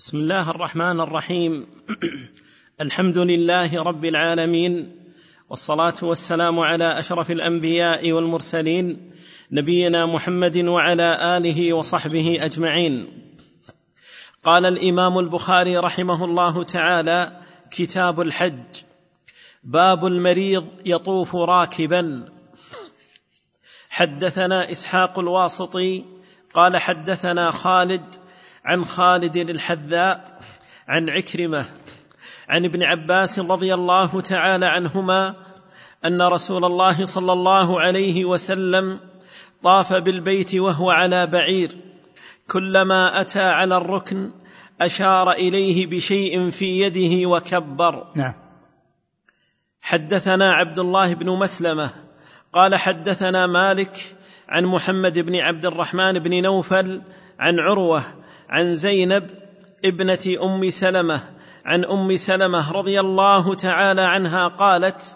بسم الله الرحمن الرحيم. الحمد لله رب العالمين، والصلاة والسلام على أشرف الأنبياء والمرسلين نبينا محمد وعلى آله وصحبه أجمعين. قال الإمام البخاري رحمه الله تعالى: كتاب الحج، باب المريض يطوف راكبا. حدثنا إسحاق الواسطي قال حدثنا خالد عن خالد الحذاء عن عكرمة عن ابن عباس رضي الله تعالى عنهما أن رسول الله صلى الله عليه وسلم طاف بالبيت وهو على بعير، كلما أتى على الركن أشار إليه بشيء في يده وكبر. نعم. حدثنا عبد الله بن مسلمة قال حدثنا مالك عن محمد بن عبد الرحمن بن نوفل عن عروة عن زينب ابنة أم سلمة عن أم سلمة رضي الله تعالى عنها قالت: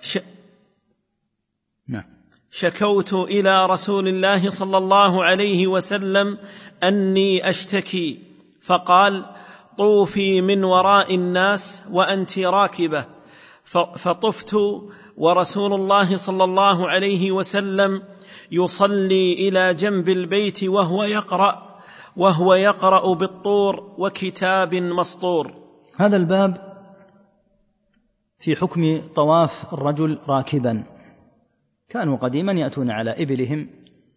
شكوت إلى رسول الله صلى الله عليه وسلم أني أشتكي، فقال: طوفي من وراء الناس وأنت راكبة. فطفت ورسول الله صلى الله عليه وسلم يصلي إلى جنب البيت وهو يقرأ بالطور وكتاب مسطور. هذا الباب في حكم طواف الرجل راكبا. كانوا قديما يأتون على إبلهم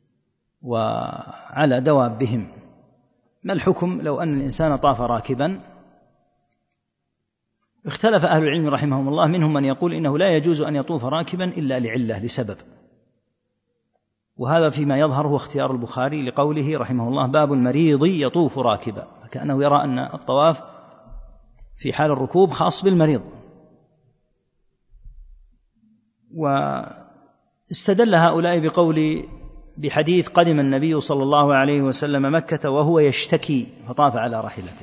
وعلى دوابهم. ما الحكم لو أن الإنسان طاف راكبا؟ اختلف أهل العلم رحمهم الله، منهم من يقول إنه لا يجوز أن يطوف راكبا إلا لعلة، لسبب، وهذا فيما يظهر هو اختيار البخاري لقوله رحمه الله: باب المريض يطوف راكبا، كأنه يرى أن الطواف في حال الركوب خاص بالمريض. واستدل هؤلاء بحديث قدم النبي صلى الله عليه وسلم مكة وهو يشتكي فطاف على راحلته.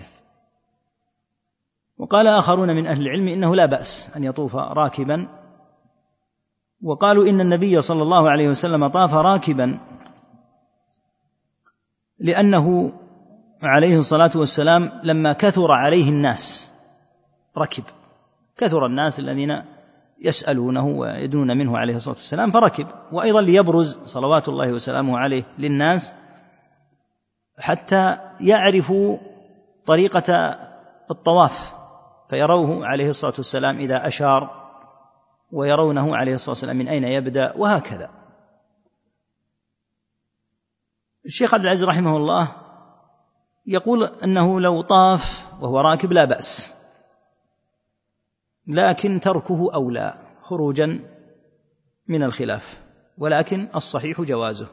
وقال آخرون من أهل العلم إنه لا بأس أن يطوف راكبا، وقالوا إن النبي صلى الله عليه وسلم طاف راكبا لأنه عليه الصلاة والسلام لما كثر عليه الناس ركب، كثر الناس الذين يسألونه ويدنون منه عليه الصلاة والسلام فركب، وأيضا ليبرز صلوات الله وسلامه عليه للناس حتى يعرفوا طريقة الطواف فيروه عليه الصلاة والسلام إذا أشار، ويرونه عليه الصلاة والسلام من أين يبدأ، وهكذا. الشيخ عبد العزيز رحمه الله يقول أنه لو طاف وهو راكب لا بأس، لكن تركه أولى خروجا من الخلاف، ولكن الصحيح جوازه.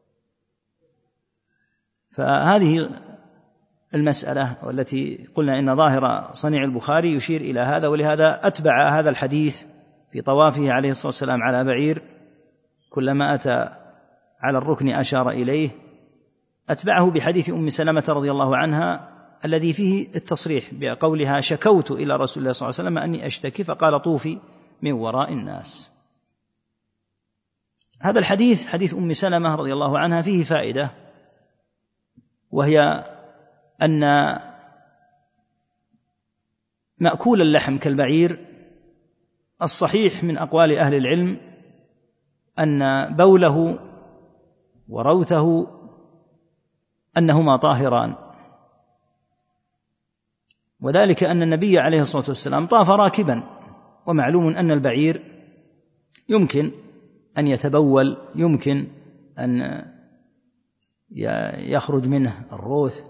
فهذه المسألة والتي قلنا إن ظاهر صنيع البخاري يشير إلى هذا، ولهذا أتبع هذا الحديث في طوافه عليه الصلاة والسلام على بعير، كلما أتى على الركن أشار إليه، أتبعه بحديث أم سلمة رضي الله عنها الذي فيه التصريح بقولها: شكوت إلى رسول الله صلى الله عليه وسلم أني أشتكي، فقال: طوفي من وراء الناس. هذا الحديث حديث أم سلمة رضي الله عنها فيه فائدة، وهي أن مأكول اللحم كالبعير الصحيح من أقوال أهل العلم أن بوله وروثه أنهما طاهران، وذلك أن النبي عليه الصلاة والسلام طاف راكبا، ومعلوم أن البعير يمكن أن يتبول، يمكن أن يخرج منه الروث،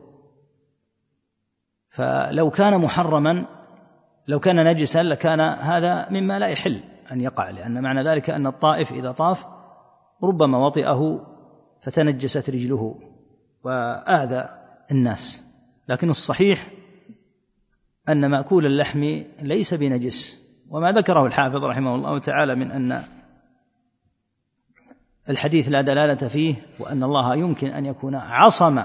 فلو كان محرما، لو كان نجسا لكان هذا مما لا يحل أن يقع، لأن معنى ذلك أن الطائف إذا طاف ربما وطئه فتنجست رجله وآذى الناس. لكن الصحيح أن مأكول اللحم ليس بنجس، وما ذكره الحافظ رحمه الله تعالى من أن الحديث لا دلالة فيه، وأن الله يمكن أن يكون عصم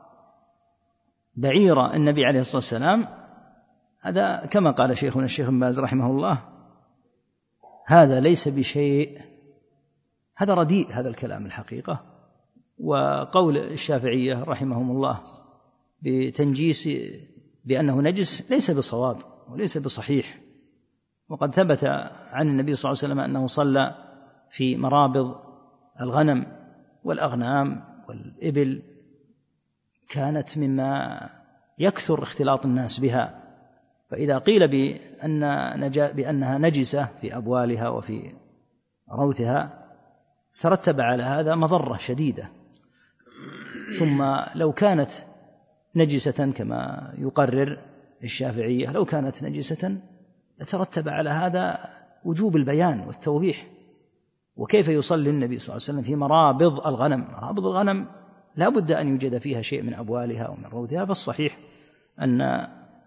بعير النبي عليه الصلاة والسلام، هذا كما قال شيخنا الشيخ ابن باز رحمه الله: هذا ليس بشيء، هذا رديء هذا الكلام الحقيقة. وقول الشافعية رحمهم الله بتنجيس بأنه نجس ليس بصواب وليس بصحيح. وقد ثبت عن النبي صلى الله عليه وسلم أنه صلى في مرابض الغنم والأغنام والإبل، كانت مما يكثر اختلاط الناس بها، فإذا قيل بأنها نجسة في أبوالها وفي روثها ترتب على هذا مضرة شديدة. ثم لو كانت نجسة كما يقرر الشافعية، لو كانت نجسة لترتب على هذا وجوب البيان والتوضيح. وكيف يصلي النبي صلى الله عليه وسلم في مرابض الغنم؟ مرابض الغنم لا بد أن يوجد فيها شيء من أبوالها ومن روثها. فالصحيح أن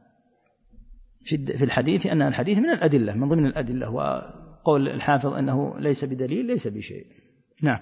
في الحديث أن الحديث من الأدلة، من ضمن الأدلة، وقول الحافظ أنه ليس بدليل ليس بشيء. نعم.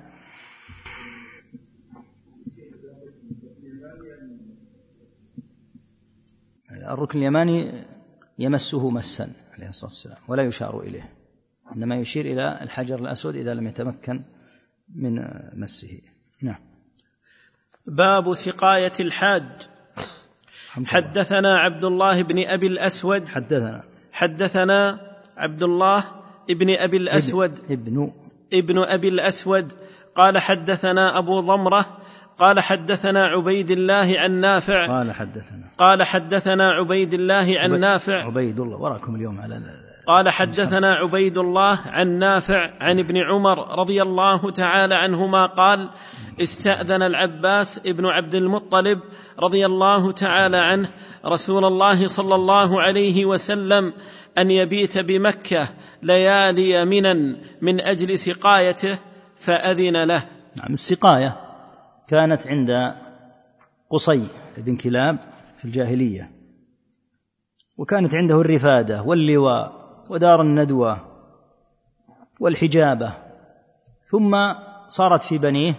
الركن اليماني يمسه مسا عليه الصلاة والسلام ولا يشار إليه، إنما يشير إلى الحجر الأسود إذا لم يتمكن من مسه. نعم. باب سقاية الحاج. حدثنا عبد الله بن أبي الأسود حدثنا عبد الله بن أبي الأسود ابن أبي الأسود قال حدثنا أبو ضمرة قال حدثنا عبيد الله عن نافع قال حدثنا عبيد الله عن نافع عبيد الله وراكم اليوم على قال حدثنا عبيد الله عن نافع عن ابن عمر رضي الله تعالى عنهما قال استأذن العباس ابن عبد المطلب رضي الله تعالى عنه رسول الله صلى الله عليه وسلم أن يبيت بمكة ليالي منا من أجل سقايته فأذن له. نعم. السقاية كانت عند قصي بن كلاب في الجاهلية، وكانت عنده الرفادة واللواء ودار الندوة والحجابة، ثم صارت في بنيه،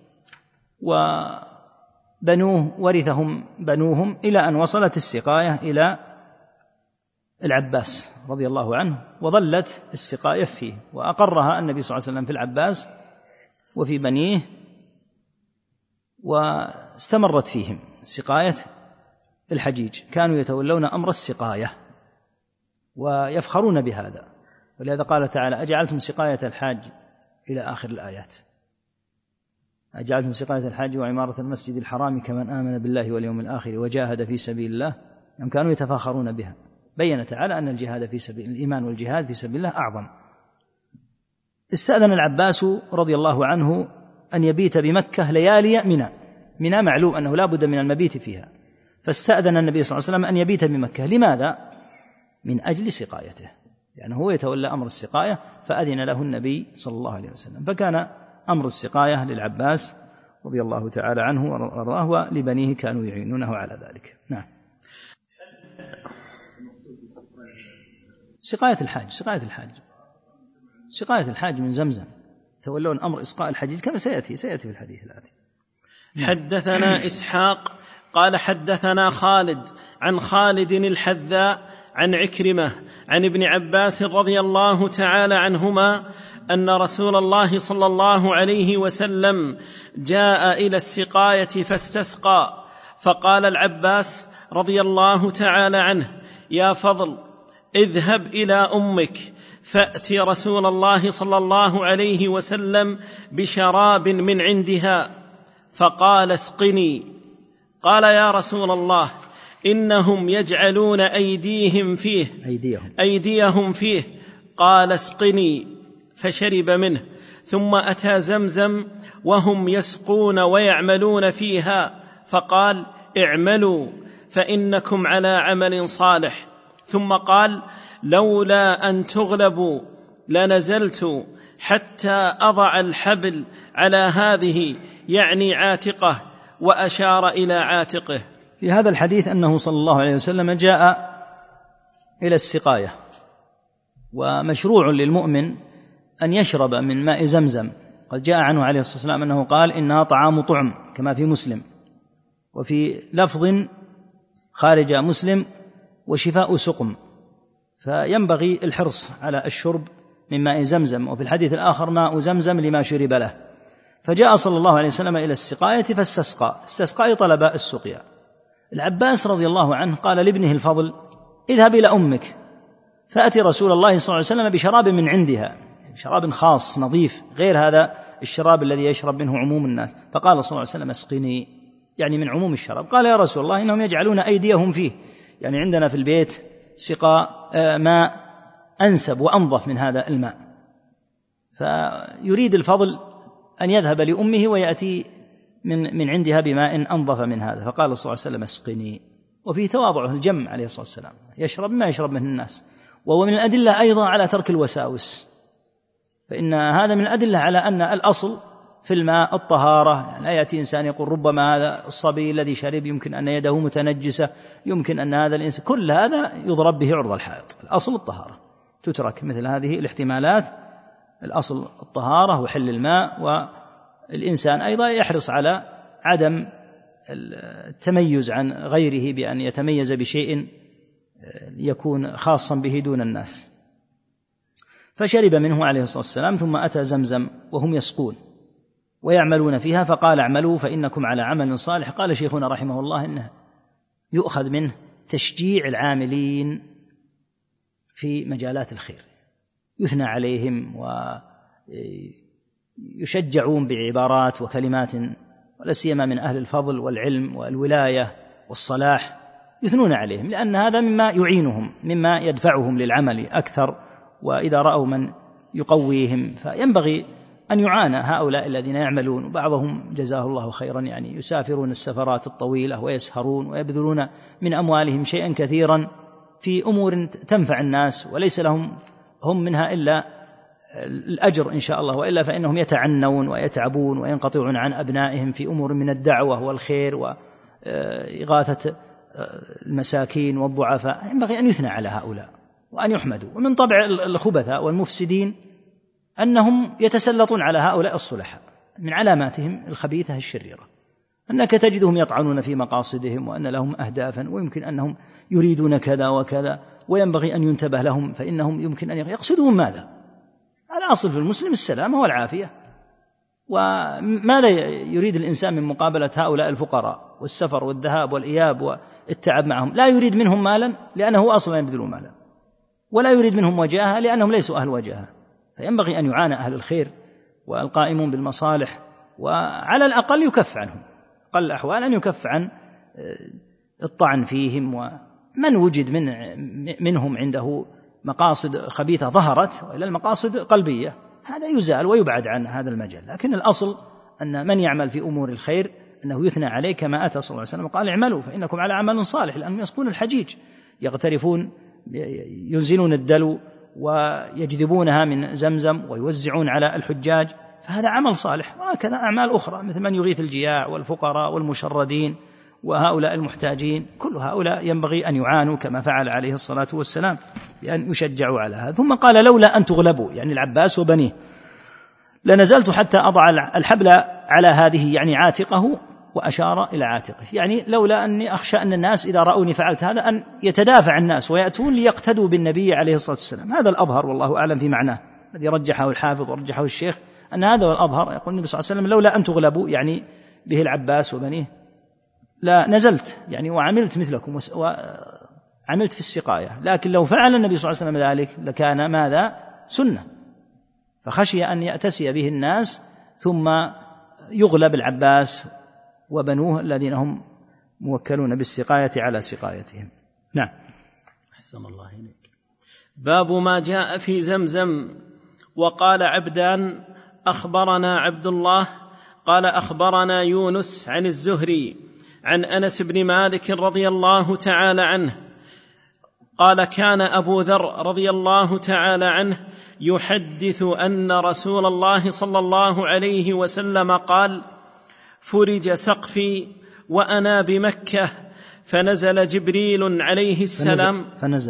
وبنوه ورثهم بنوهم إلى أن وصلت السقاية إلى العباس رضي الله عنه، وظلت السقاية فيه، وأقرها النبي صلى الله عليه وسلم في العباس وفي بنيه، واستمرت فيهم سقاية الحجيج. كانوا يتولون أمر السقاية ويفخرون بهذا، ولهذا قال تعالى أجعلتم سقاية الحاج إلى آخر الآيات. أجعلتم سقاية الحاج وعمارة المسجد الحرام كمن آمن بالله واليوم الآخر وجاهد في سبيل الله. هم كانوا يتفاخرون بها. بين تعالى أن الجهاد في سبيل الإيمان والجهاد في سبيل الله أعظم. استأذن العباس رضي الله عنه أن يبيت بمكة ليالي منى معلوم أنه لا بد من المبيت فيها، فاستأذن النبي صلى الله عليه وسلم أن يبيت بمكة. لماذا؟ من أجل سقايته، يعني هو يتولى أمر السقاية، فأذن له النبي صلى الله عليه وسلم. فكان أمر السقاية للعباس رضي الله تعالى عنه وارضاه، ولبنيه كانوا يعينونه على ذلك. نعم. سقاية الحاج من زمزم، تولون أمر إسقاء الحجيج كما سيأتي في الحديث الآتي. حدثنا إسحاق قال حدثنا خالد عن خالد الحذاء عن عكرمة عن ابن عباس رضي الله تعالى عنهما أن رسول الله صلى الله عليه وسلم جاء إلى السقاية فاستسقى، فقال العباس رضي الله تعالى عنه يا فضل اذهب إلى أمك فأت رسول الله صلى الله عليه وسلم بشراب من عندها، فقال اسقني. قال يا رسول الله إنهم يجعلون أيديهم فيه. قال اسقني، فشرب منه. ثم أتى زمزم وهم يسقون ويعملون فيها، فقال اعملوا فإنكم على عمل صالح. ثم قال لولا أن تغلبوا لنزلت حتى أضع الحبل على هذه، يعني عاتقه، وأشار إلى عاتقه. في هذا الحديث أنه صلى الله عليه وسلم جاء إلى السقاية، ومشروع للمؤمن أن يشرب من ماء زمزم. قد جاء عنه عليه الصلاة والسلام أنه قال إنها طعام طعم كما في مسلم، وفي لفظ خارج مسلم وشفاء سقم، فينبغي الحرص على الشرب من ماء زمزم. وفي الحديث الآخر ماء زمزم لما شرب له. فجاء صلى الله عليه وسلم إلى السقاية فاستسقى، طلب السقيا، العباس رضي الله عنه قال لابنه الفضل: اذهب إلى أمك فأتي رسول الله صلى الله عليه وسلم بشراب من عندها، شراب خاص نظيف غير هذا الشراب الذي يشرب منه عموم الناس. فقال صلى الله عليه وسلم: اسقني، يعني من عموم الشراب. قال: يا رسول الله إنهم يجعلون أيديهم فيه، يعني عندنا في البيت سقاء ماء أنسب وأنظف من هذا الماء. فيريد الفضل أن يذهب لأمه ويأتي من عندها بماء أنظف من هذا. فقال صلى الله عليه وسلم: اسقني. وفيه تواضعه الجم عليه الصلاة والسلام، يشرب ما يشرب منه الناس. وهو من الأدلة أيضا على ترك الوساوس، فإن هذا من الأدلة على أن الأصل في الماء الطهارة. يعني لا يأتي إنسان يقول ربما هذا الصبي الذي شرب يمكن أن يده متنجسة، يمكن أن هذا الإنسان، كل هذا يضرب به عرض الحائط. الأصل الطهارة، تترك مثل هذه الاحتمالات. الأصل الطهارة وحل الماء، والإنسان أيضا يحرص على عدم التميز عن غيره بأن يتميز بشيء يكون خاصا به دون الناس. فشرب منه عليه الصلاة والسلام، ثم أتى زمزم وهم يسقون ويعملون فيها، فقال: اعملوا فإنكم على عمل صالح. قال شيخنا رحمه الله إنه يؤخذ منه تشجيع العاملين في مجالات الخير، يثنى عليهم ويشجعون بعبارات وكلمات، ولا سيما من أهل الفضل والعلم والولاية والصلاح، يثنون عليهم، لأن هذا مما يعينهم، مما يدفعهم للعمل أكثر. وإذا رأوا من يقويهم فينبغي أن يعانى هؤلاء الذين يعملون. وبعضهم جزاه الله خيرا يعني يسافرون السفرات الطويلة ويسهرون ويبذلون من أموالهم شيئا كثيرا في أمور تنفع الناس، وليس لهم هم منها إلا الأجر إن شاء الله، وإلا فإنهم يتعنون ويتعبون وينقطعون عن أبنائهم في أمور من الدعوة والخير وإغاثة المساكين والضعفاء. ينبغي أن يثنى على هؤلاء وأن يحمدوا. ومن طبع الخبثاء والمفسدين أنهم يتسلطون على هؤلاء الصلحاء، من علاماتهم الخبيثة الشريرة أنك تجدهم يطعنون في مقاصدهم وأن لهم أهدافا، ويمكن أنهم يريدون كذا وكذا، وينبغي أن ينتبه لهم، فإنهم يمكن أن يقصدون ماذا؟ الأصل في المسلم السلامة والعافية. وماذا يريد الإنسان من مقابلة هؤلاء الفقراء والسفر والذهاب والإياب والتعب معهم؟ لا يريد منهم مالا لأنه أصلا يبذلون مالا، ولا يريد منهم وجاهة لأنهم ليسوا أهل وجاهة. فينبغي أن يعانى أهل الخير والقائمون بالمصالح، وعلى الأقل يكف عنهم، أقل الأحوال أن يكف عن الطعن فيهم. ومن وجد منهم عنده مقاصد خبيثة ظهرت وإلى المقاصد قلبية، هذا يزال ويبعد عن هذا المجال. لكن الأصل أن من يعمل في أمور الخير أنه يثنى عليه، كما أتى صلى الله عليه وسلم وقال: اعملوا فإنكم على عمل صالح، لأنهم يسقون الحجيج، يغترفون، ينزلون الدلو ويجذبونها من زمزم ويوزعون على الحجاج، فهذا عمل صالح. وهكذا أعمال أخرى مثل من يغيث الجياع والفقراء والمشردين وهؤلاء المحتاجين، كل هؤلاء ينبغي أن يعانوا كما فعل عليه الصلاة والسلام، بأن يشجعوا على هذا. ثم قال: لولا أن تغلبوا، يعني العباس وبنيه، لنزلت حتى أضع الحبل على هذه، يعني عاتقه، وأشار إلى عاتقه، يعني لولا أني أخشى أن الناس إذا رأوني فعلت هذا أن يتدافع الناس ويأتون ليقتدوا بالنبي عليه الصلاة والسلام. هذا الأظهر والله أعلم في معناه الذي رجحه الحافظ ورجحه الشيخ، أن هذا هو الأظهر. يقول النبي صلى الله عليه وسلم: لولا أن تغلبوا، يعني به العباس وبنيه، لا نزلت يعني وعملت مثلكم وعملت في السقاية. لكن لو فعل النبي صلى الله عليه وسلم ذلك لكان ماذا؟ سنة. فخشي أن يأتسي به الناس ثم يغلب العباس وبنوه الذين هم موكلون بالسقاية على سقايتهم. نعم. أحسن الله إليك. باب ما جاء في زمزم. وقال عبدان: أخبرنا عبد الله قال أخبرنا يونس عن الزهري عن أنس بن مالك رضي الله تعالى عنه قال: كان أبو ذر رضي الله تعالى عنه يحدث أن رسول الله صلى الله عليه وسلم قال: فرج سقفي وأنا بمكة فنزل جبريل عليه السلام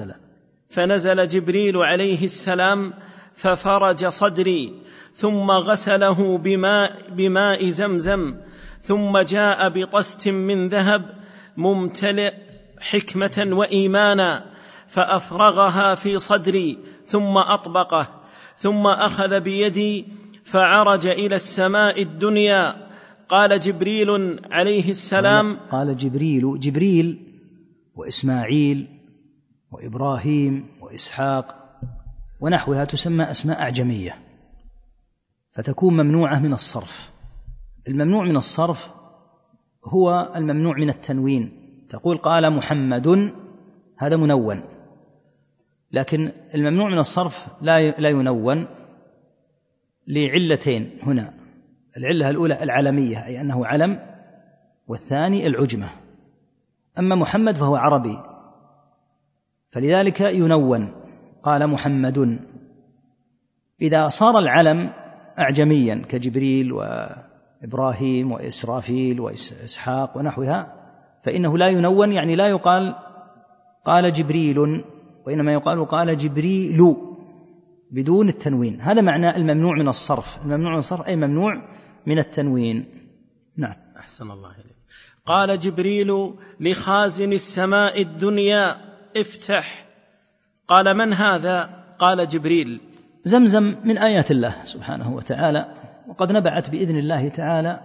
فنزل جبريل عليه السلام ففرج صدري، ثم غسله بماء زمزم، ثم جاء بطست من ذهب ممتلئ حكمة وإيمانا فأفرغها في صدري ثم أطبقه، ثم أخذ بيدي فعرج إلى السماء الدنيا قال جبريل عليه السلام. قال جبريل وإسماعيل وإبراهيم وإسحاق ونحوها تسمى أسماء أعجمية، فتكون ممنوعة من الصرف. الممنوع من الصرف هو الممنوع من التنوين. تقول قال محمد، هذا منون، لكن الممنوع من الصرف لا ينون لعلتين هنا. العلة الأولى العلمية، أي أنه علم، والثاني العجمة. أما محمد فهو عربي، فلذلك ينون، قال محمد. إذا صار العلم أعجميا كجبريل وإبراهيم وإسرافيل وإسحاق ونحوها فإنه لا ينون، يعني لا يقال قال جبريل، وإنما يقال قال جبريل بدون التنوين. هذا معنى الممنوع من الصرف. الممنوع من الصرف أي ممنوع من التنوين. نعم. أحسن الله إليك. قال جبريل لخازن السماء الدنيا افتح. قال من هذا؟ قال جبريل. زمزم من آيات الله سبحانه وتعالى، وقد نبعت بإذن الله تعالى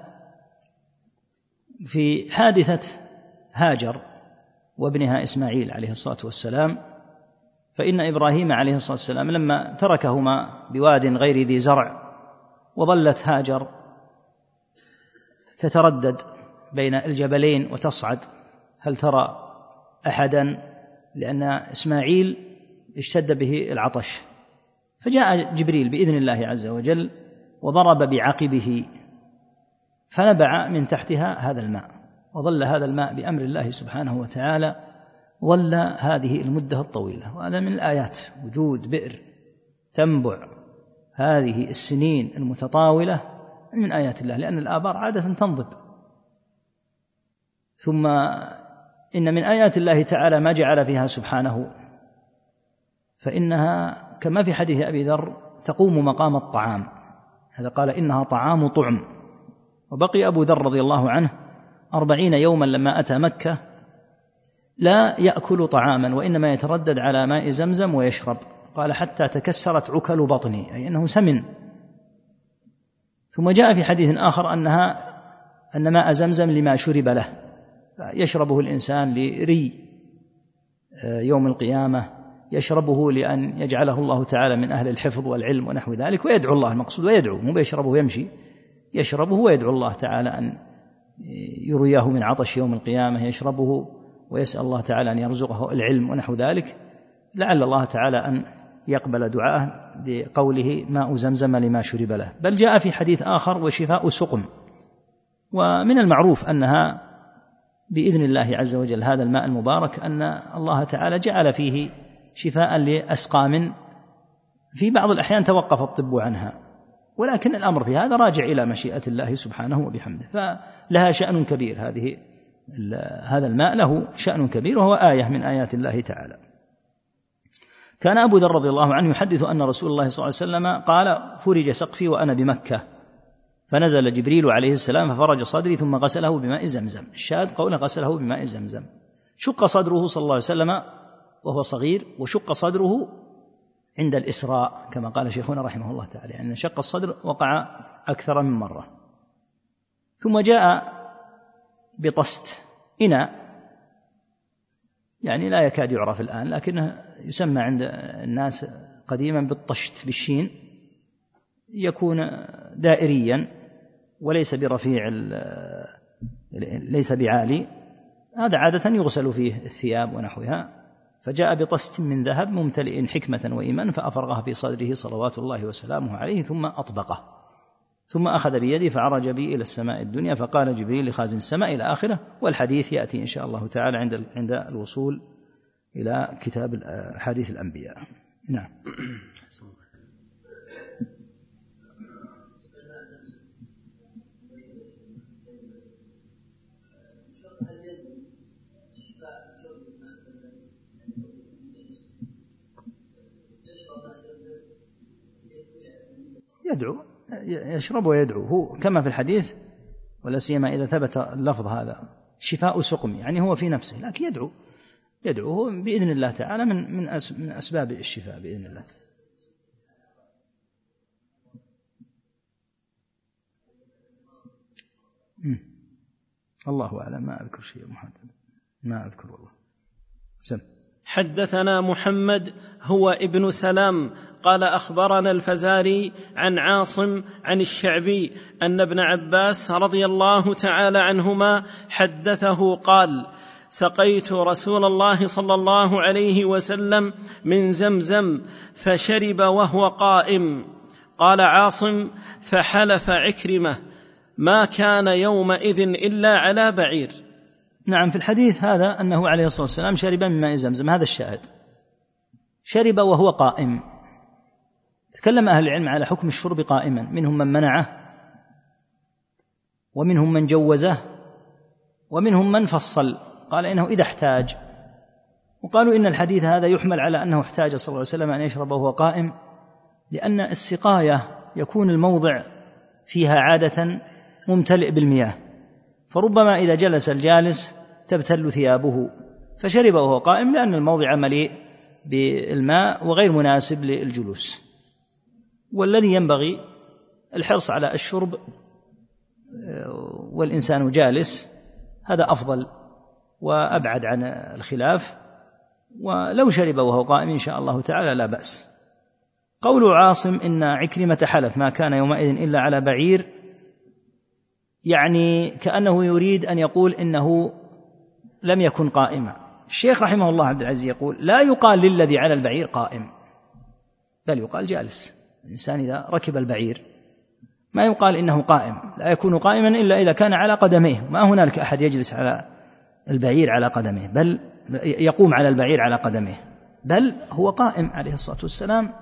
في حادثة هاجر وابنها إسماعيل عليه الصلاة والسلام. فإن إبراهيم عليه الصلاة والسلام لما تركهما بواد غير ذي زرع، وظلت هاجر تتردد بين الجبلين وتصعد هل ترى أحدا، لأن إسماعيل اشتد به العطش، فجاء جبريل بإذن الله عز وجل وضرب بعقبه فنبع من تحتها هذا الماء، وظل هذا الماء بأمر الله سبحانه وتعالى ظل هذه المدة الطويلة. وهذا من الآيات، وجود بئر تنبع هذه السنين المتطاولة من آيات الله، لأن الآبار عادة تنضب. ثم إن من آيات الله تعالى ما جعل فيها سبحانه، فإنها كما في حديث أبي ذر تقوم مقام الطعام، هذا قال إنها طعام طعم. وبقي أبو ذر رضي الله عنه 40 يوما لما أتى مكة لا يأكل طعاما، وإنما يتردد على ماء زمزم ويشرب. قال حتى تكسرت عكل بطني، أي أنه سمن. ثم جاء في حديث آخر أن ماء زمزم لما شرب له، يشربه الإنسان لري يوم القيامة، يشربه لأن يجعله الله تعالى من أهل الحفظ والعلم ونحو ذلك، ويدعو الله. المقصود ويدعو، مو بيشربه ويمشي، يشربه ويدعو الله تعالى أن يريه من عطش يوم القيامة، يشربه ويسأل الله تعالى أن يرزقه العلم ونحو ذلك، لعل الله تعالى أن يقبل دعاءه بقوله ماء زمزم لما شرب له. بل جاء في حديث آخر وشفاء سقم. ومن المعروف أنها بإذن الله عز وجل هذا الماء المبارك أن الله تعالى جعل فيه شفاء لأسقام في بعض الأحيان توقف الطب عنها، ولكن الأمر في هذا راجع إلى مشيئة الله سبحانه وبحمده، فلها شأن كبير. هذا الماء له شأن كبير، وهو آية من آيات الله تعالى. كان أبو ذر رضي الله عنه يحدث أن رسول الله صلى الله عليه وسلم قال فرج سقفي وأنا بمكة، فنزل جبريل عليه السلام ففرج صدري ثم غسله بماء زمزم. الشاهد قوله غسله بماء زمزم. شق صدره صلى الله عليه وسلم وهو صغير، وشق صدره عند الإسراء كما قال شيخنا رحمه الله تعالى، يعني شق الصدر وقع أكثر من مرة. ثم جاء بطست، إناء يعني لا يكاد يعرف الآن، لكنه يسمى عند الناس قديما بالطشت بالشين، يكون دائريا وليس برفيع ليس بعالي، هذا عادة يغسل فيه الثياب ونحوها. فجاء بطست من ذهب ممتلئ حكمة وإيمان فأفرغها في صدره صلوات الله وسلامه عليه، ثم أطبقه، ثم أخذ بيدي فعرج بي إلى السماء الدنيا، فقال جبريل لخازن السماء إلى آخره. والحديث يأتي إن شاء الله تعالى عند الوصول إلى كتاب حديث الأنبياء. نعم. يدعو، يشرب ويدعو، هو كما في الحديث، ولا سيما إذا ثبت اللفظ هذا شفاء سقم، يعني هو في نفسه، لكن يدعو هو بإذن الله تعالى من أسباب الشفاء بإذن الله. الله أعلم، ما أذكر شيء محدد، ما أذكر والله. سم. حدثنا محمد هو ابن سلام قال أخبرنا الفزاري عن عاصم عن الشعبي أن ابن عباس رضي الله تعالى عنهما حدثه قال: سقيت رسول الله صلى الله عليه وسلم من زمزم فشرب وهو قائم. قال عاصم: فحلف عكرمة: ما كان يومئذ إلا على بعير. نعم، في الحديث هذا أنه عليه الصلاة والسلام شرب من ماء زمزم، هذا الشاهد، شرب وهو قائم. تكلم أهل العلم على حكم الشرب قائما، منهم من منعه ومنهم من جوزه ومنهم من فصل قال إنه إذا احتاج، وقالوا إن الحديث هذا يحمل على أنه احتاج صلى الله عليه وسلم أن يشرب وهو قائم، لأن السقاية يكون الموضع فيها عادة ممتلئ بالمياه، فربما إذا جلس الجالس تبتل ثيابه، فشرب وهو قائم لأن الموضع مليء بالماء وغير مناسب للجلوس. والذي ينبغي الحرص على الشرب والإنسان جالس، هذا أفضل وأبعد عن الخلاف، ولو شرب وهو قائم إن شاء الله تعالى لا بأس. قول عاصم إن عكرمة حلف: ما كان يومئذ إلا على بعير، يعني كأنه يريد أن يقول إنه لم يكن قائما. الشيخ رحمه الله عبد العزيز يقول: لا يقال للذي على البعير قائم، بل يقال جالس. الإنسان إذا ركب البعير ما يقال إنه قائم، لا يكون قائما إلا إذا كان على قدميه، ما هنالك أحد يجلس على البعير على قدميه، بل يقوم على البعير على قدميه، بل هو قائم عليه الصلاة والسلام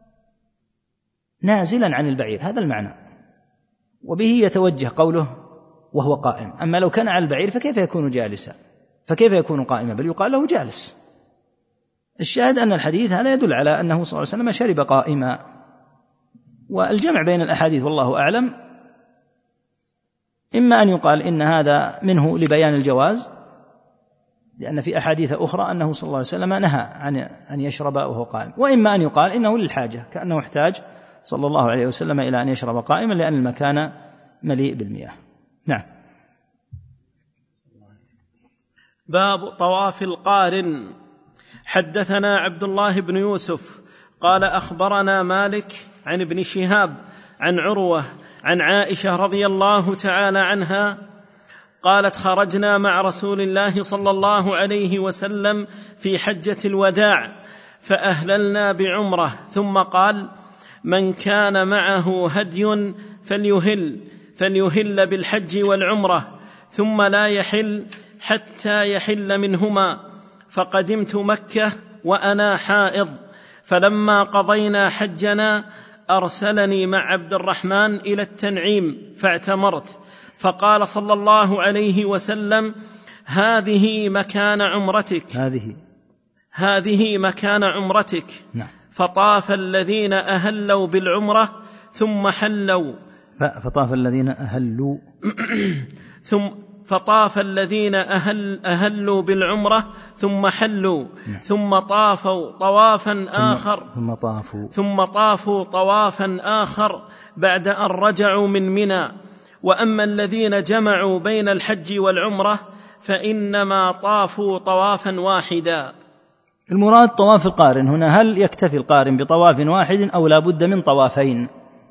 نازلا عن البعير، هذا المعنى، وبه يتوجه قوله وهو قائم. أما لو كان على البعير فكيف يكون جالسا، فكيف يكون قائما، بل يقال له جالس. الشاهد أن الحديث هذا يدل على أنه صلى الله عليه وسلم شرب قائما. والجمع بين الأحاديث والله أعلم، إما أن يقال إن هذا منه لبيان الجواز، لأن في أحاديث أخرى أنه صلى الله عليه وسلم نهى عن أن يشرب وهو قائم، وإما أن يقال إنه للحاجة، كأنه احتاج صلى الله عليه وسلم إلى أن يشرب قائما لأن المكان مليء بالمياه. نعم. باب طواف القارن. حدثنا عبد الله بن يوسف قال أخبرنا مالك عن ابن شهاب عن عروة عن عائشة رضي الله تعالى عنها قالت: خرجنا مع رسول الله صلى الله عليه وسلم في حجة الوداع فأهللنا بعمرة، ثم قال: من كان معه هدي فليهل بالحج والعمرة، ثم لا يحل حتى يحل منهما. فقدمت مكة وأنا حائض، فلما قضينا حجنا أرسلني مع عبد الرحمن إلى التنعيم فاعتمرت، فقال صلى الله عليه وسلم: هذه مكان عمرتك. نعم. فطاف الذين أهلوا بالعمرة ثم حلوا فطاف الذين أهلوا بالعمرة ثم حلوا، ثم طافوا طوافا آخر بعد أن رجعوا من منى. وأما الذين جمعوا بين الحج والعمرة فإنما طافوا طوافا واحدا. المراد طواف القارن هنا، هل يكتفي القارن بطواف واحد أو لا بد من طوافين؟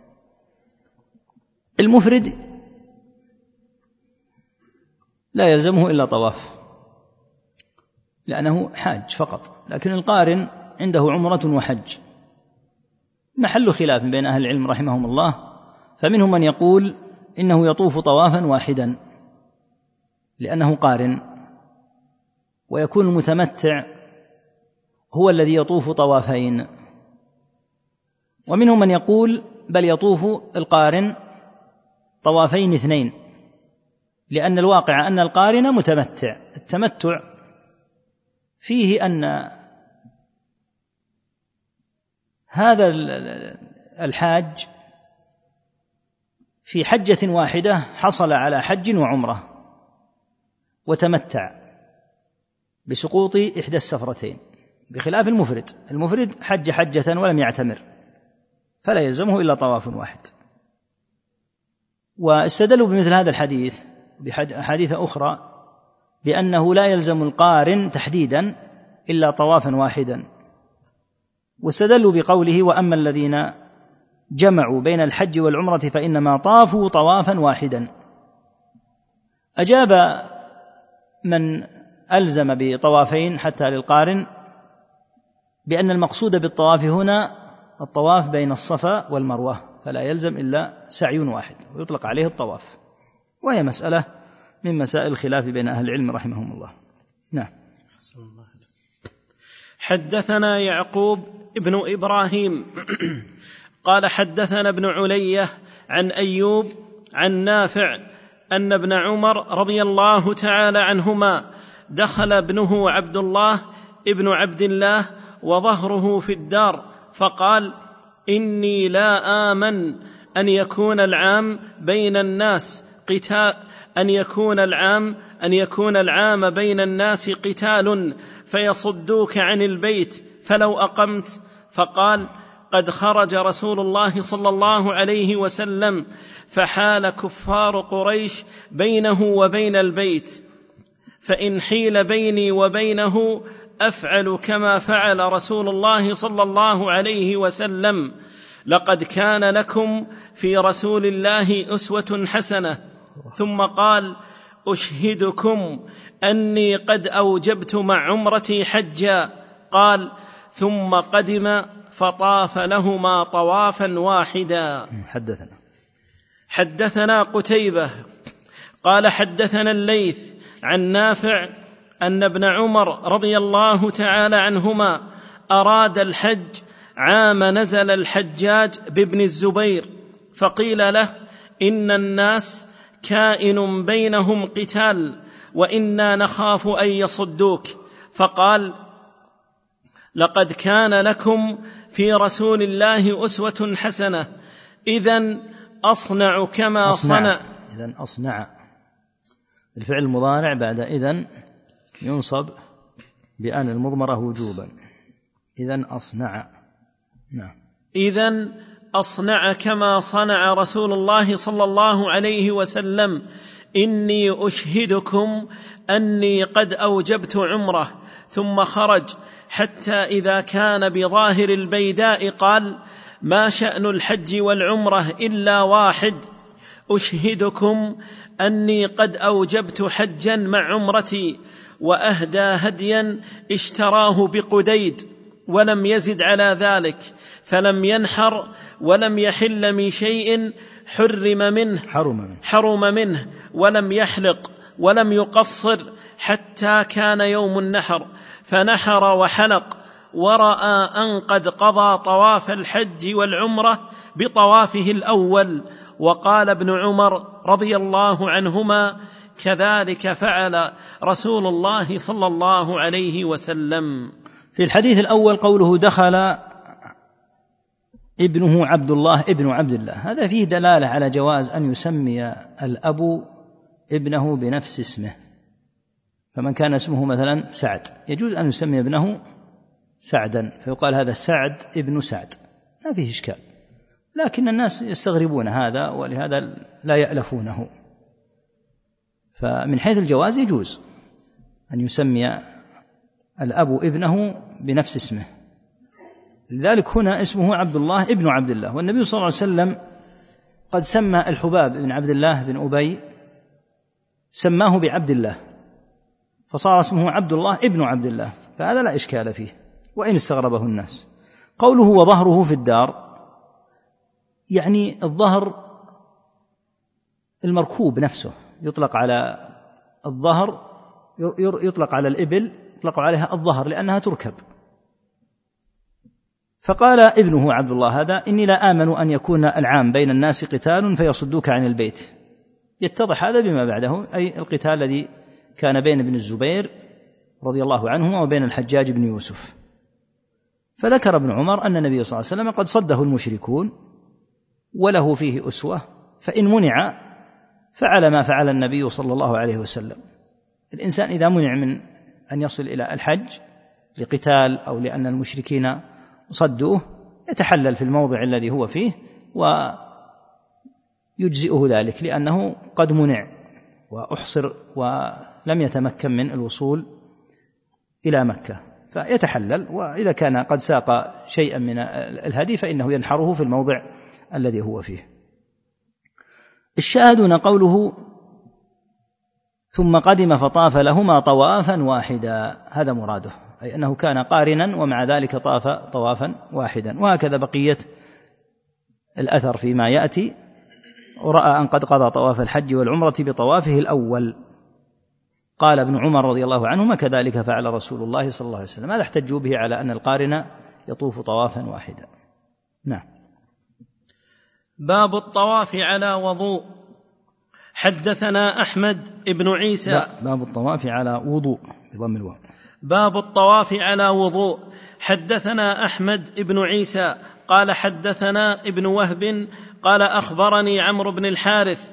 المفرد لا يلزمه إلا طواف لأنه حاج فقط، لكن القارن عنده عمرة وحج، محل خلاف بين أهل العلم رحمهم الله، فمنهم من يقول إنه يطوف طوافا واحدا لأنه قارن، ويكون المتمتع هو الذي يطوف طوافين، ومنهم من يقول بل يطوف القارن طوافين اثنين، لأن الواقع أن القارن متمتع. التمتع فيه أن هذا الحاج في حجة واحدة حصل على حج وعمرة وتمتع بسقوط إحدى السفرتين، بخلاف المفرد حج حجة ولم يعتمر فلا يلزمه إلا طواف واحد. واستدلوا بمثل هذا الحديث بأحاديث أخرى بأنه لا يلزم القارن تحديدا إلا طوافا واحدا، واستدلوا بقوله وأما الذين جمعوا بين الحج والعمرة فإنما طافوا طوافا واحدا. أجاب من ألزم بطوافين حتى للقارن بأن المقصود بالطواف هنا الطواف بين الصفا والمروة، فلا يلزم إلا سعي واحد ويطلق عليه الطواف، وهي مسألة من مسائل الخلاف بين أهل العلم رحمهم الله. نعم. حدثنا يعقوب ابن إبراهيم قال حدثنا ابن علية عن أيوب عن نافع أن ابن عمر رضي الله تعالى عنهما دخل ابنه عبد الله ابن عبد الله وظهره في الدار فقال إني لا آمن أن يكون العام بين الناس قتال أن يكون العام بين الناس قتال فيصدوك عن البيت فلو أقمت. فقال قد خرج رسول الله صلى الله عليه وسلم فحال كفار قريش بينه وبين البيت، فإن حيل بيني وبينه أفعل كما فعل رسول الله صلى الله عليه وسلم. لقد كان لكم في رسول الله أسوة حسنة. ثم قال أشهدكم أني قد أوجبت مع عمرتي حجا. قال ثم قدم فطاف لهما طوافا واحدا. حدثنا قتيبة قال حدثنا الليث عن نافع أن ابن عمر رضي الله تعالى عنهما أراد الحج عام نزل الحجاج بابن الزبير، فقيل له إن الناس كائن بينهم قتال وإنا نخاف أن يصدوك. فقال لقد كان لكم في رسول الله أسوة حسنة، إذن أصنع كما صنع. إذن أصنع الفعل المضارع بعد إذن ينصب بأن المضمرة وجوبا. إذن أصنع. نعم. إذن أصنع كما صنع رسول الله صلى الله عليه وسلم. إني أشهدكم أني قد أوجبت عمره. ثم خرج حتى إذا كان بظاهر البيداء قال ما شأن الحج والعمرة إلا واحد، أشهدكم أني قد أوجبت حجا مع عمرتي. وأهدى هديا اشتراه بقديد ولم يزد على ذلك، فلم ينحر ولم يحل من شيء حرم منه ولم يحلق ولم يقصر حتى كان يوم النحر، فنحر وحلق ورأى أن قد قضى طواف الحج والعمرة بطوافه الأول. وقال ابن عمر رضي الله عنهما كذلك فعل رسول الله صلى الله عليه وسلم. في الحديث الأول قوله دخل ابنه عبد الله ابن عبد الله، هذا فيه دلالة على جواز أن يسمي الأب ابنه بنفس اسمه، فمن كان اسمه مثلا سعد يجوز أن يسمي ابنه سعدا فيقال هذا سعد ابن سعد، ما فيه إشكال، لكن الناس يستغربون هذا ولهذا لا يألفونه. فمن حيث الجواز يجوز أن يسمي الأب ابنه بنفس اسمه، لذلك هنا اسمه عبد الله ابن عبد الله، والنبي صلى الله عليه وسلم قد سمى الحباب بن عبد الله بن أبي سماه بعبد الله فصار اسمه عبد الله ابن عبد الله، فهذا لا إشكال فيه وإن استغربه الناس. قوله وظهره في الدار يعني الظهر المركوب نفسه، يطلق على الظهر، يطلق على الإبل، يطلق عليها الظهر لأنها تركب. فقال ابنه عبد الله هذا إني لا آمن أن يكون العام بين الناس قتال فيصدوك عن البيت، يتضح هذا بما بعده، أي القتال الذي كان بين ابن الزبير رضي الله عنهما وبين الحجاج بن يوسف. فذكر ابن عمر أن النبي صلى الله عليه وسلم قد صده المشركون وله فيه أسوة، فإن منع فعل ما فعل النبي صلى الله عليه وسلم. الإنسان إذا منع من أن يصل إلى الحج لقتال أو لأن المشركين صدوه يتحلل في الموضع الذي هو فيه ويجزئه ذلك لأنه قد منع وأحصر ولم يتمكن من الوصول إلى مكة، فيتحلل، وإذا كان قد ساق شيئا من الهدي فإنه ينحره في الموضع الذي هو فيه. الشاهد قوله ثم قدم فطاف لهما طوافا واحدا، هذا مراده، أي أنه كان قارنا ومع ذلك طاف طوافا واحدا. وهكذا بقية الأثر فيما يأتي. ورأى أن قد قضى طواف الحج والعمرة بطوافه الأول. قال ابن عمر رضي الله عنهما كذلك فعل رسول الله صلى الله عليه وسلم. هذا احتجوا به على أن القارن يطوف طوافا واحدا. نعم. باب الطواف على وضوء. حدثنا أحمد بن عيسى. باب الطواف على وضوء بضم الواو. باب الطواف على وضوء. حدثنا أحمد بن عيسى قال حدثنا ابن وهب قال أخبرني عمرو بن الحارث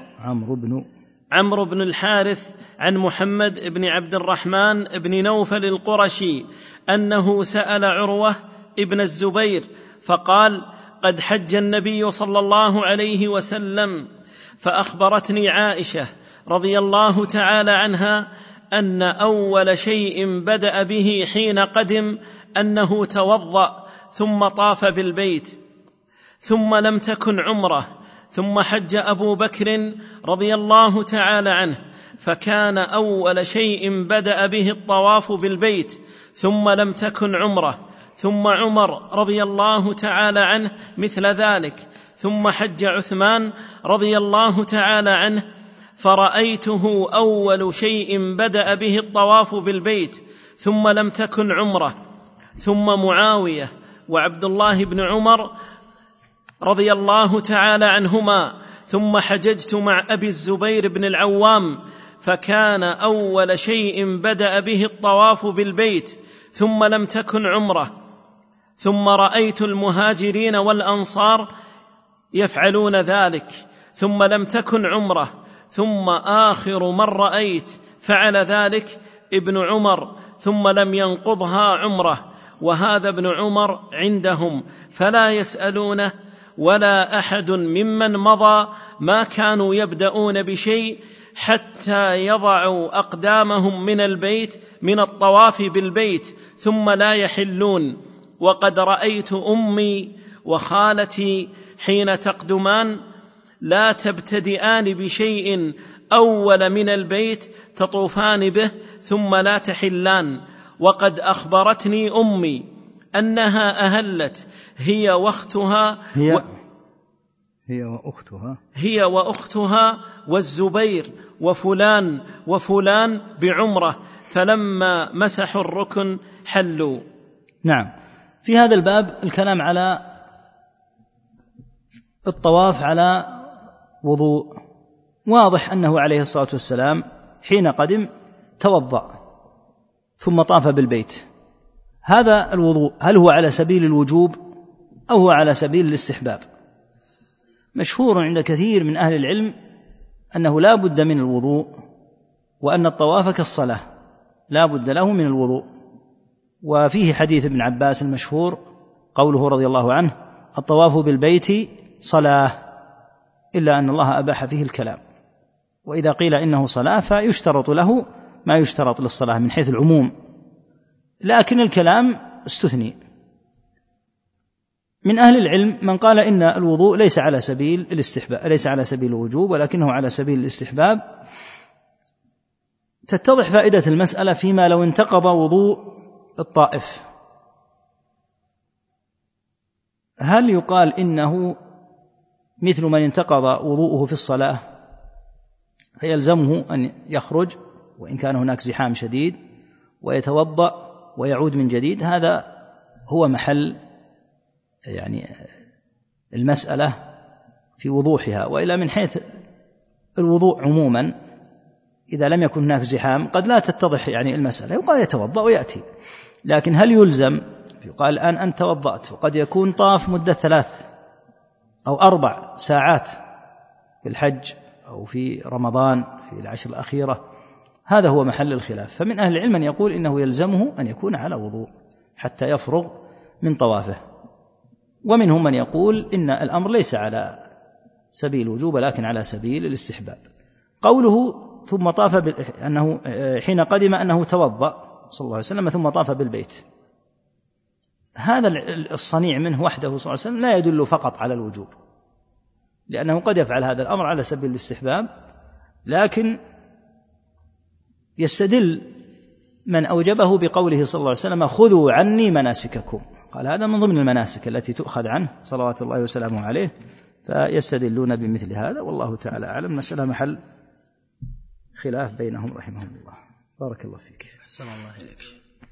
عمرو بن الحارث عن محمد بن عبد الرحمن بن نوفل القرشي أنه سأل عروة ابن الزبير فقال قد حج النبي صلى الله عليه وسلم، فأخبرتني عائشة رضي الله تعالى عنها أن أول شيء بدأ به حين قدم أنه توضأ ثم طاف بالبيت، ثم لم تكن عمره، ثم حج أبو بكر رضي الله تعالى عنه فكان أول شيء بدأ به الطواف بالبيت، ثم لم تكن عمره، ثم عمر رضي الله تعالى عنه مثل ذلك، ثم حج عثمان رضي الله تعالى عنه فرأيته أول شيء بدأ به الطواف بالبيت، ثم لم تكن عمره، ثم معاوية وعبد الله بن عمر رضي الله تعالى عنهما، ثم حججت مع أبي الزبير بن العوام فكان أول شيء بدأ به الطواف بالبيت، ثم لم تكن عمره، ثم رأيت المهاجرين والأنصار يفعلون ذلك، ثم لم تكن عمره، ثم آخر من رأيت فعل ذلك ابن عمر، ثم لم ينقضها عمره، وهذا ابن عمر عندهم فلا يسألونه ولا أحد ممن مضى ما كانوا يبدأون بشيء حتى يضعوا أقدامهم من البيت من الطواف بالبيت ثم لا يحلون. وقد رأيت أمي وخالتي حين تقدمان لا تبتدئان بشيء أول من البيت تطوفان به ثم لا تحلان. وقد أخبرتني أمي أنها أهلت هي وأختها والزبير وفلان وفلان بعمرة، فلما مسحوا الركن حلوا. نعم. في هذا الباب الكلام على الطواف على وضوء. واضح أنه عليه الصلاة والسلام حين قدم توضأ ثم طاف بالبيت. هذا الوضوء هل هو على سبيل الوجوب أو هو على سبيل الاستحباب؟ مشهور عند كثير من أهل العلم أنه لا بد من الوضوء، وأن الطواف كالصلاة لا بد له من الوضوء. وفيه حديث ابن عباس المشهور قوله رضي الله عنه الطواف بالبيت صلاة، إلا أن الله أباح فيه الكلام، وإذا قيل إنه صلاة فيشترط له ما يشترط للصلاة من حيث العموم، لكن الكلام استثني. من أهل العلم من قال إن الوضوء ليس على سبيل الاستحباب، ليس على سبيل الوجوب ولكنه على سبيل الاستحباب. تتضح فائدة المسألة فيما لو انتقض وضوء الطائف، هل يقال إنه مثل من انتقض وضوءه في الصلاة فيلزمه أن يخرج وإن كان هناك زحام شديد ويتوضأ ويعود من جديد؟ هذا هو محل يعني المسألة في وضوحها. وإلا من حيث الوضوء عموما إذا لم يكن هناك زحام قد لا تتضح يعني المسألة، يقال يتوضأ ويأتي، لكن هل يلزم؟ يقال الآن أنت توضأت وقد يكون طاف مدة 3 أو 4 ساعات في الحج أو في رمضان في العشر الأخيرة، هذا هو محل الخلاف. فمن أهل العلم من يقول إنه يلزمه أن يكون على وضوء حتى يفرغ من طوافه، ومنهم من يقول إن الأمر ليس على سبيل الوجوب لكن على سبيل الاستحباب. قوله ثم طاف أنه حين قدم أنه توضأ صلى الله عليه وسلم ثم طاف بالبيت، هذا الصنيع منه وحده صلى الله عليه وسلم لا يدل فقط على الوجوب، لأنه قد يفعل هذا الأمر على سبيل الاستحباب، لكن يستدل من أوجبه بقوله صلى الله عليه وسلم خذوا عني مناسككم، قال هذا من ضمن المناسك التي تؤخذ عنه صلوات الله وسلامه عليه، فيستدلون بمثل هذا، والله تعالى أعلم. مسألة محل خلاف بينهم رحمهم الله. بارك الله فيك. أحسن الله إليك.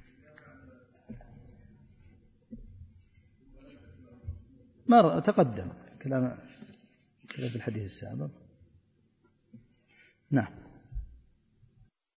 ما تقدم كلام في الحديث السابق. نعم.